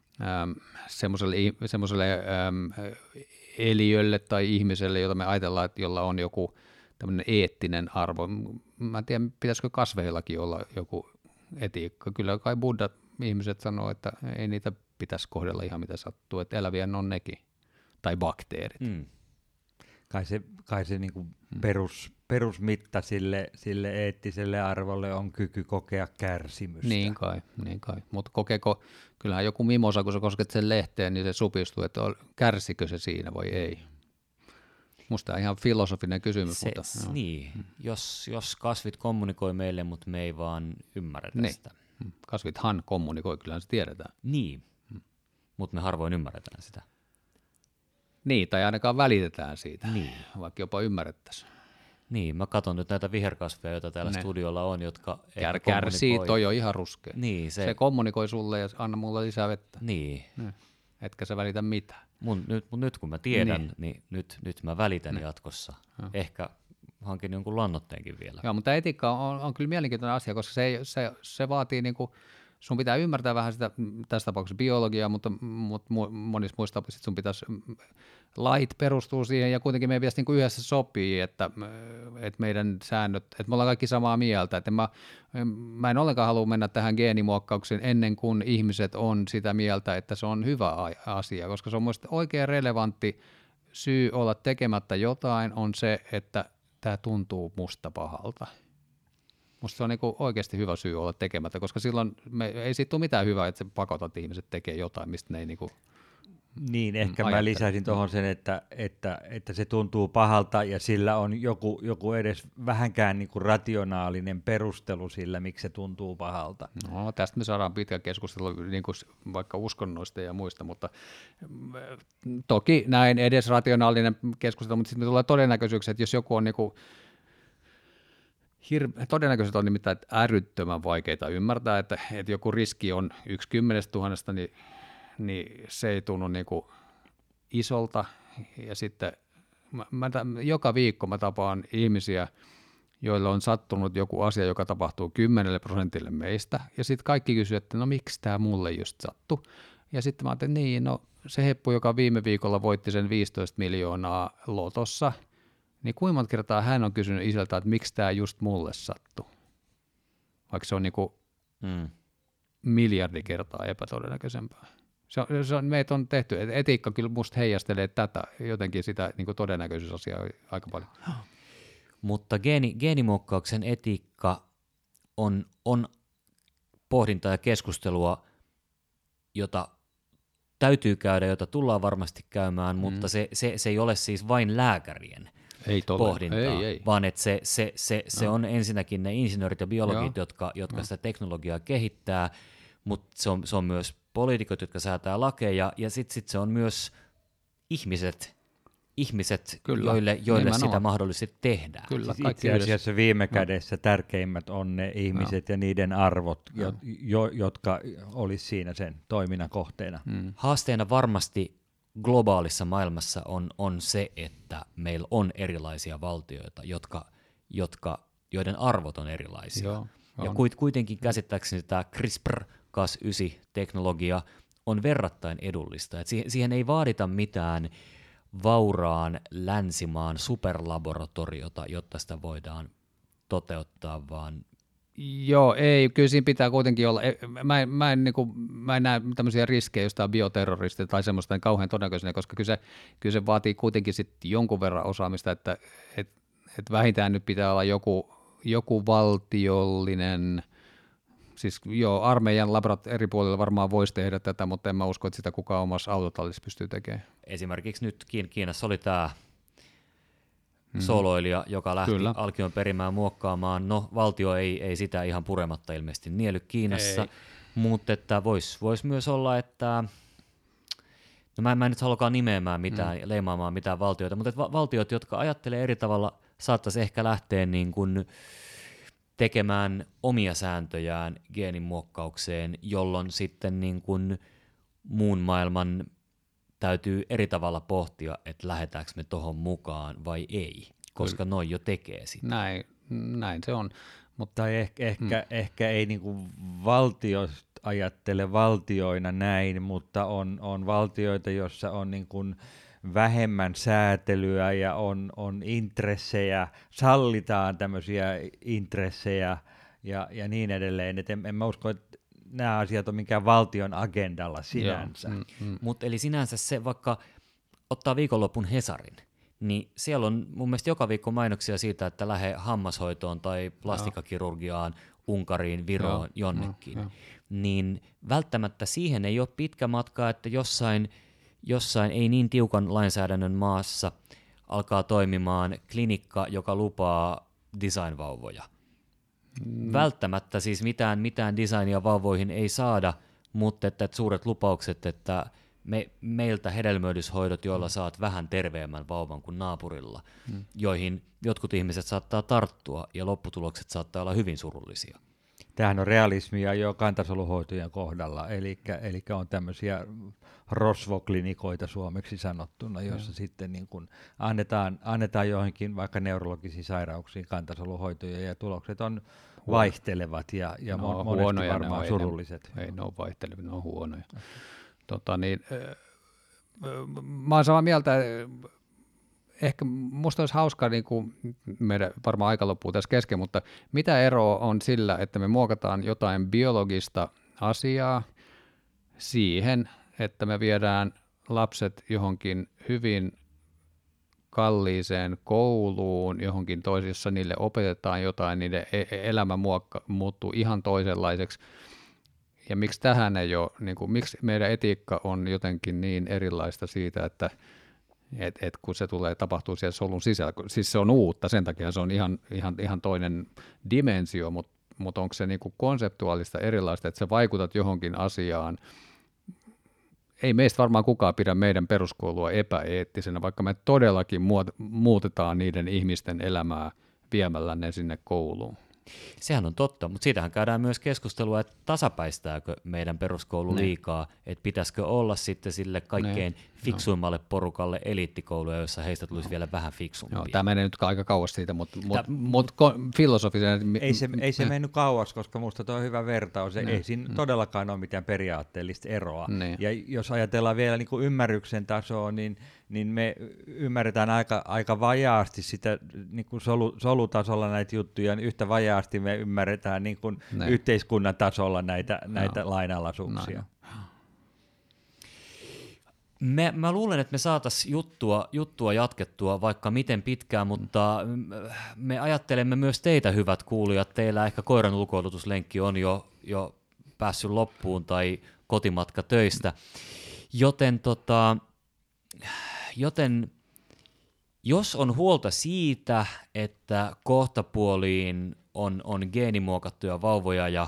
semmoiselle eliölle tai ihmiselle, jota me ajatellaan, että jolla on joku tämmöinen eettinen arvo. Mä en tiedä, pitäisikö kasveillakin olla joku etiikka. Kyllä kai buddhat ihmiset sanoo, että ei niitä pitäisi kohdella ihan mitä sattuu, että eläviä on nekin, tai bakteerit. Kai se niin kuin perusmitta sille eettiselle arvolle on kyky kokea kärsimystä. Niin kai. Mutta kokeeko, kyllähän joku mimosa, kun sä kosket sen lehteen, niin se supistuu, että kärsikö se siinä vai ei. Musta ihan filosofinen kysymys. Niin, jos kasvit kommunikoi meille, mutta me ei vaan ymmärretä sitä. Kasvithan kommunikoi, kyllähän se tiedetään. Niin, mutta me harvoin ymmärretään sitä. Niin, tai ainakaan välitetään siitä, niin. Vaikka jopa ymmärrettäisiin. Niin, mä katson nyt näitä viherkasveja, joita täällä studiolla on, jotka kärsii, toi on ihan ruskea. Niin, se kommunikoi sulle ja anna mulle lisää vettä. Niin. Etkä sä välitä mitään. Nyt kun mä tiedän, niin nyt mä välitän jatkossa. Ehkä hankin jonkun lannoitteenkin vielä. Joo, mutta etiikka on kyllä mielenkiintoinen asia, koska se vaatii niinku, sun pitää ymmärtää vähän sitä, tässä tapauksessa biologiaa, mutta monissa muissa tapauksissa sun pitäisi, lait perustuu siihen ja kuitenkin meidän pitäisi niinku yhdessä sopii, että meidän säännöt, että me ollaan kaikki samaa mieltä, että mä en ollenkaan halua mennä tähän geenimuokkaukseen ennen kuin ihmiset on sitä mieltä, että se on hyvä asia, koska se on mielestäni oikein relevantti syy olla tekemättä jotain on se, että tämä tuntuu musta pahalta. Musta se on niinku oikeasti hyvä syy olla tekemättä, koska silloin ei siitä tule mitään hyvää, että sä pakotat ihmiset tekemään jotain, mistä ne ei niinku Niin, ehkä mä lisäisin tuohon sen, että se tuntuu pahalta ja sillä on joku edes vähänkään niinku rationaalinen perustelu sillä, miksi se tuntuu pahalta. No, tästä me saadaan pitkä keskustelu niinku vaikka uskonnoista ja muista, mutta toki näin edes rationaalinen keskustelu, mutta sitten me tulee todennäköisyyksiä, että jos joku on niinku todennäköisesti on nimittäin älyttömän vaikeita ymmärtää, että joku riski on 1/10,000, niin se ei tunnu niinku isolta. Ja sitten joka viikko mä tapaan ihmisiä, joilla on sattunut joku asia, joka tapahtuu 10% meistä. Ja sitten kaikki kysyy, että no miksi tämä mulle just sattui. Ja sitten mä ajattelin, niin no se heppu, joka viime viikolla voitti sen 15 miljoonaa lotossa, niin kuinka monta kertaa hän on kysynyt isältä, että miksi tämä just mulle sattui. Vaikka se on niinku miljardi kertaa epätodennäköisempää. Meitä on tehty, etiikka kyllä musta heijastelee tätä, jotenkin sitä niin kuin todennäköisyysasiaa aika paljon. Mutta geenimuokkauksen etiikka on pohdintaa ja keskustelua, jota täytyy käydä, jota tullaan varmasti käymään, mutta se ei ole siis vain lääkärien pohdintaa, vaan että se on ensinnäkin ne insinöörit ja biologit, jotka sitä teknologiaa kehittää, mutta se on myös poliitikot, jotka säätää lakeja, ja sitten se on myös ihmiset Kyllä, joille sitä mahdollisesti tehdään. Kyllä, siis itse asiassa viime kädessä tärkeimmät on ne ihmiset ja niiden arvot, jotka olisi siinä sen toiminnan kohteena. Haasteena varmasti globaalissa maailmassa on se, että meillä on erilaisia valtioita, joiden arvot on erilaisia. Joo, ja kuitenkin käsittääkseni tämä CRISPR-Cas9-teknologia on verrattain edullista. Et siihen ei vaadita mitään vauraan länsimaan superlaboratoriota, jotta sitä voidaan toteuttaa, vaan... Joo, ei, kyllä siinä pitää kuitenkin olla, mä en näe tämmöisiä riskejä jostain bioterrorista tai semmoista niin kauhean todennäköisenä, koska kyllä se vaatii kuitenkin sitten jonkun verran osaamista, että vähintään nyt pitää olla joku valtiollinen, siis joo, armeijan labrat eri puolilla varmaan voisi tehdä tätä, mutta en mä usko, että sitä kukaan omassa autotallissa pystyy tekemään. Esimerkiksi nyt Kiinassa oli tämä soloilija, joka lähti Alkion perimään muokkaamaan. No, valtio ei sitä ihan purematta ilmeisesti niely Kiinassa, mutta että vois myös olla, että no mä en nyt halukaan nimeämään mitään, leimaamaan mitään valtioita, mutta että valtiot, jotka ajattelee eri tavalla, saattaisi ehkä lähteä niin kuin tekemään omia sääntöjään geenimuokkaukseen, jolloin sitten niin kuin muun maailman täytyy eri tavalla pohtia, että lähdetäänkö me tohon mukaan vai ei, koska noi jo tekee sitä. Näin se on. Mutta ehkä ei niinku valtiot ajattele valtioina näin, mutta on valtioita, joissa on niinku vähemmän säätelyä ja on intressejä, sallitaan tämmöisiä intressejä ja niin edelleen. Et en mä usko, että nämä asiat on mikään valtion agendalla sinänsä. Mutta eli sinänsä se, vaikka ottaa viikonlopun Hesarin, niin siellä on mun mielestä joka viikko mainoksia siitä, että lähde hammashoitoon tai plastikkakirurgiaan, Unkariin, Viroon, jonnekin. Niin välttämättä siihen ei ole pitkä matka, että jossain ei niin tiukan lainsäädännön maassa alkaa toimimaan klinikka, joka lupaa designvauvoja. Välttämättä siis mitään designia vauvoihin ei saada, mutta että suuret lupaukset, että meiltä hedelmöityshoidot, joilla saat vähän terveemmän vauvan kuin naapurilla, joihin jotkut ihmiset saattaa tarttua ja lopputulokset saattaa olla hyvin surullisia. tämähän on realismia jo kantasoluhoitojen kohdalla, eli on tämmöisiä rosvoklinikoita suomeksi sanottuna, joissa sitten niin kuin annetaan johonkin vaikka neurologisiin sairauksiin kantasoluhoitoja ja tulokset on vaihtelevat ja monesti varmaan surulliset. Ei ne ole vaihtelevia, ne on huonoja. Mä oon samaa mieltä, ehkä musta olisi hauskaa, niin kuin meidän varmaan aika loppuu tässä kesken, mutta mitä eroa on sillä, että me muokataan jotain biologista asiaa siihen, että me viedään lapset johonkin hyvin kalliiseen kouluun, johonkin toisessa niille opetetaan jotain, niiden elämä muuttuu ihan toisenlaiseksi. Ja miksi tähän ei ole, niin kuin, miksi meidän etiikka on jotenkin niin erilaista siitä, että kun se tapahtuu siellä solun sisällä, siis se on uutta, sen takia se on ihan toinen dimensio, mutta onko se niin kuin konseptuaalista erilaista, että sä vaikutat johonkin asiaan. Ei meistä varmaan kukaan pidä meidän peruskoulua epäeettisenä, vaikka me todellakin muutetaan niiden ihmisten elämää viemällä ne sinne kouluun. Sehän on totta, mutta siitähän käydään myös keskustelua, että tasapäistääkö meidän peruskoulu liikaa, että pitäisikö olla sitten sille kaikkein fiksuimmalle porukalle eliittikouluja, joissa heistä tulisi vielä vähän fiksumpia. Joo, tämä menee nyt aika kauas siitä, mutta filosofisen... Ei se mennyt kauas, koska minusta tuo on hyvä vertaus. Ei siinä todellakaan ole mitään periaatteellista eroa. Ja jos ajatellaan vielä niin kuin ymmärryksen tasoa, niin me ymmärretään aika vajaasti sitä niin kuin solutasolla näitä juttuja, niin yhtä vajaasti me ymmärretään niin kuin yhteiskunnan tasolla näitä lainalaisuuksia. Mä luulen, että me saataisiin juttua jatkettua vaikka miten pitkään, mutta me ajattelemme myös teitä, hyvät kuulijat. Teillä ehkä koiran ulkoilutuslenkki on jo päässyt loppuun tai kotimatka töistä, joten jos on huolta siitä, että kohtapuoliin on geenimuokattuja vauvoja ja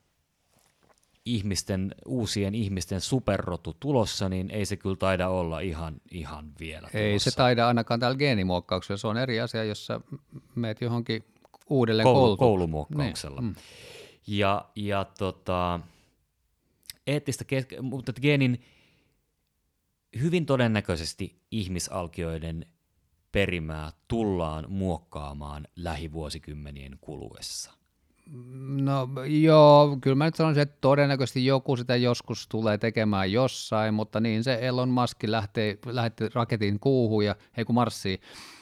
uusien ihmisten superrotu tulossa, niin ei se kyllä taida olla ihan vielä tulossa. Ei se taida ainakaan täällä geenimuokkauksella. Se on eri asia, jos sä meet johonkin uudelleen koulumuokkauksella. Niin. Ja eettistä, mutta geenin hyvin todennäköisesti ihmisalkioiden perimää tullaan muokkaamaan lähivuosikymmenien kuluessa. No joo, kyllä mä nyt sanoisin, että todennäköisesti joku sitä joskus tulee tekemään jossain, mutta niin se Elon Musk lähetti raketin kuuhun ja Marsiin,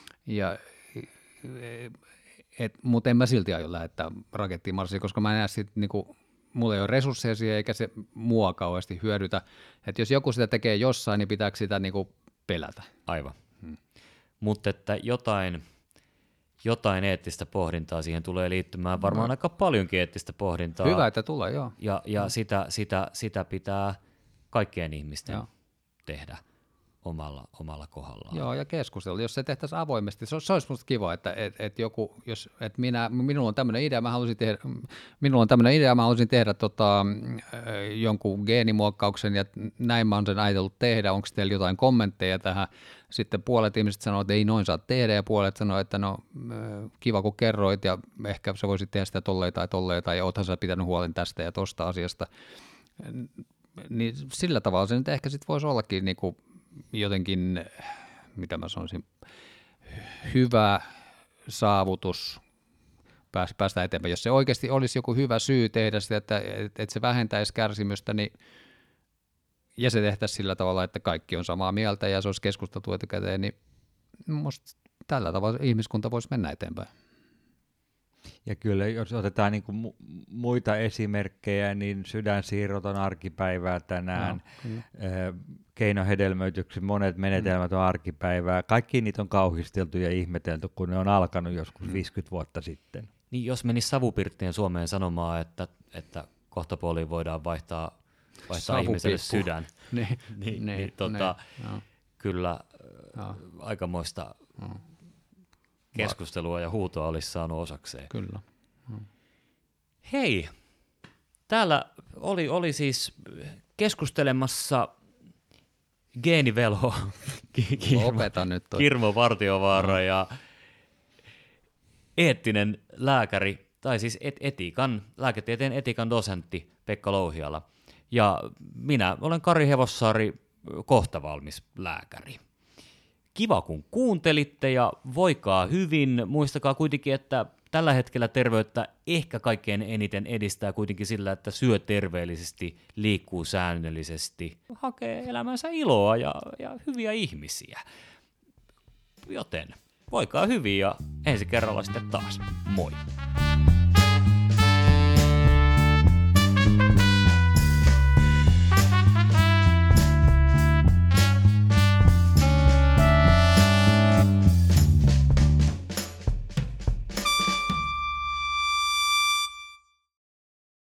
mutta en mä silti aio lähettää rakettiin Marsiin, koska mä en näe siitä niinku, mulla ei ole resursseja siihen eikä se mua kauheasti hyödytä, että jos joku sitä tekee jossain, niin pitääkö sitä niinku pelätä? Aivan, mutta että jotain eettistä pohdintaa siihen tulee liittymään, varmaan aika paljonkin eettistä pohdintaa. Hyvä, että tulee, joo. Ja sitä pitää kaikkien ihmisten tehdä omalla kohdallaan. Joo, ja keskustella. Jos se tehtäisiin avoimesti, se olisi musta kiva, että minulla on tämmöinen idea, mä haluaisin tehdä jonkun geenimuokkauksen, ja näin mä oon sen ajatellut tehdä. Onko teillä jotain kommentteja tähän? Sitten puolet ihmiset sanoo, että ei noin saa tehdä, ja puolet sanoo, että no kiva kun kerroit, ja ehkä sä voisit tehdä sitä tolleen, tai oothan sä pitänyt huolen tästä ja tosta asiasta. Niin sillä tavalla se nyt ehkä sitten voisi ollakin niinku jotenkin, mitä mä sanoisin, hyvä saavutus päästä eteenpäin. Jos se oikeasti olisi joku hyvä syy tehdä sitä, että se vähentäisi kärsimystä, niin, ja se tehtäisiin sillä tavalla, että kaikki on samaa mieltä ja se olisi keskusteltu etukäteen, niin musta tällä tavalla ihmiskunta voisi mennä eteenpäin. Ja kyllä, jos otetaan niin kuin muita esimerkkejä, niin sydänsiirrot on arkipäivää tänään, keinohedelmöityksen monet menetelmät on arkipäivää. Kaikki niitä on kauhisteltu ja ihmetelty, kun ne on alkanut joskus 50 vuotta sitten. Niin jos menisi savupirttien Suomeen sanomaan, että kohtapuoliin voidaan vaihtaa ihmiselle sydän, kyllä aikamoista keskustelua ja huutoa olisi saanut osakseen. Kyllä. Hei, täällä oli siis keskustelemassa geenivelho Kirmo Vartiovaara ja eettinen lääkäri tai siis lääketieteen etiikan dosentti Pekka Louhiala. Ja minä olen Kari Hevossaari, kohta valmis lääkäri. Kiva kun kuuntelitte ja voikaa hyvin. Muistakaa kuitenkin, että tällä hetkellä terveyttä ehkä kaikkein eniten edistää kuitenkin sillä, että syö terveellisesti, liikkuu säännöllisesti, hakee elämänsä iloa ja hyviä ihmisiä. Joten voikaa hyvin ja ensi kerralla sitten taas. Moi!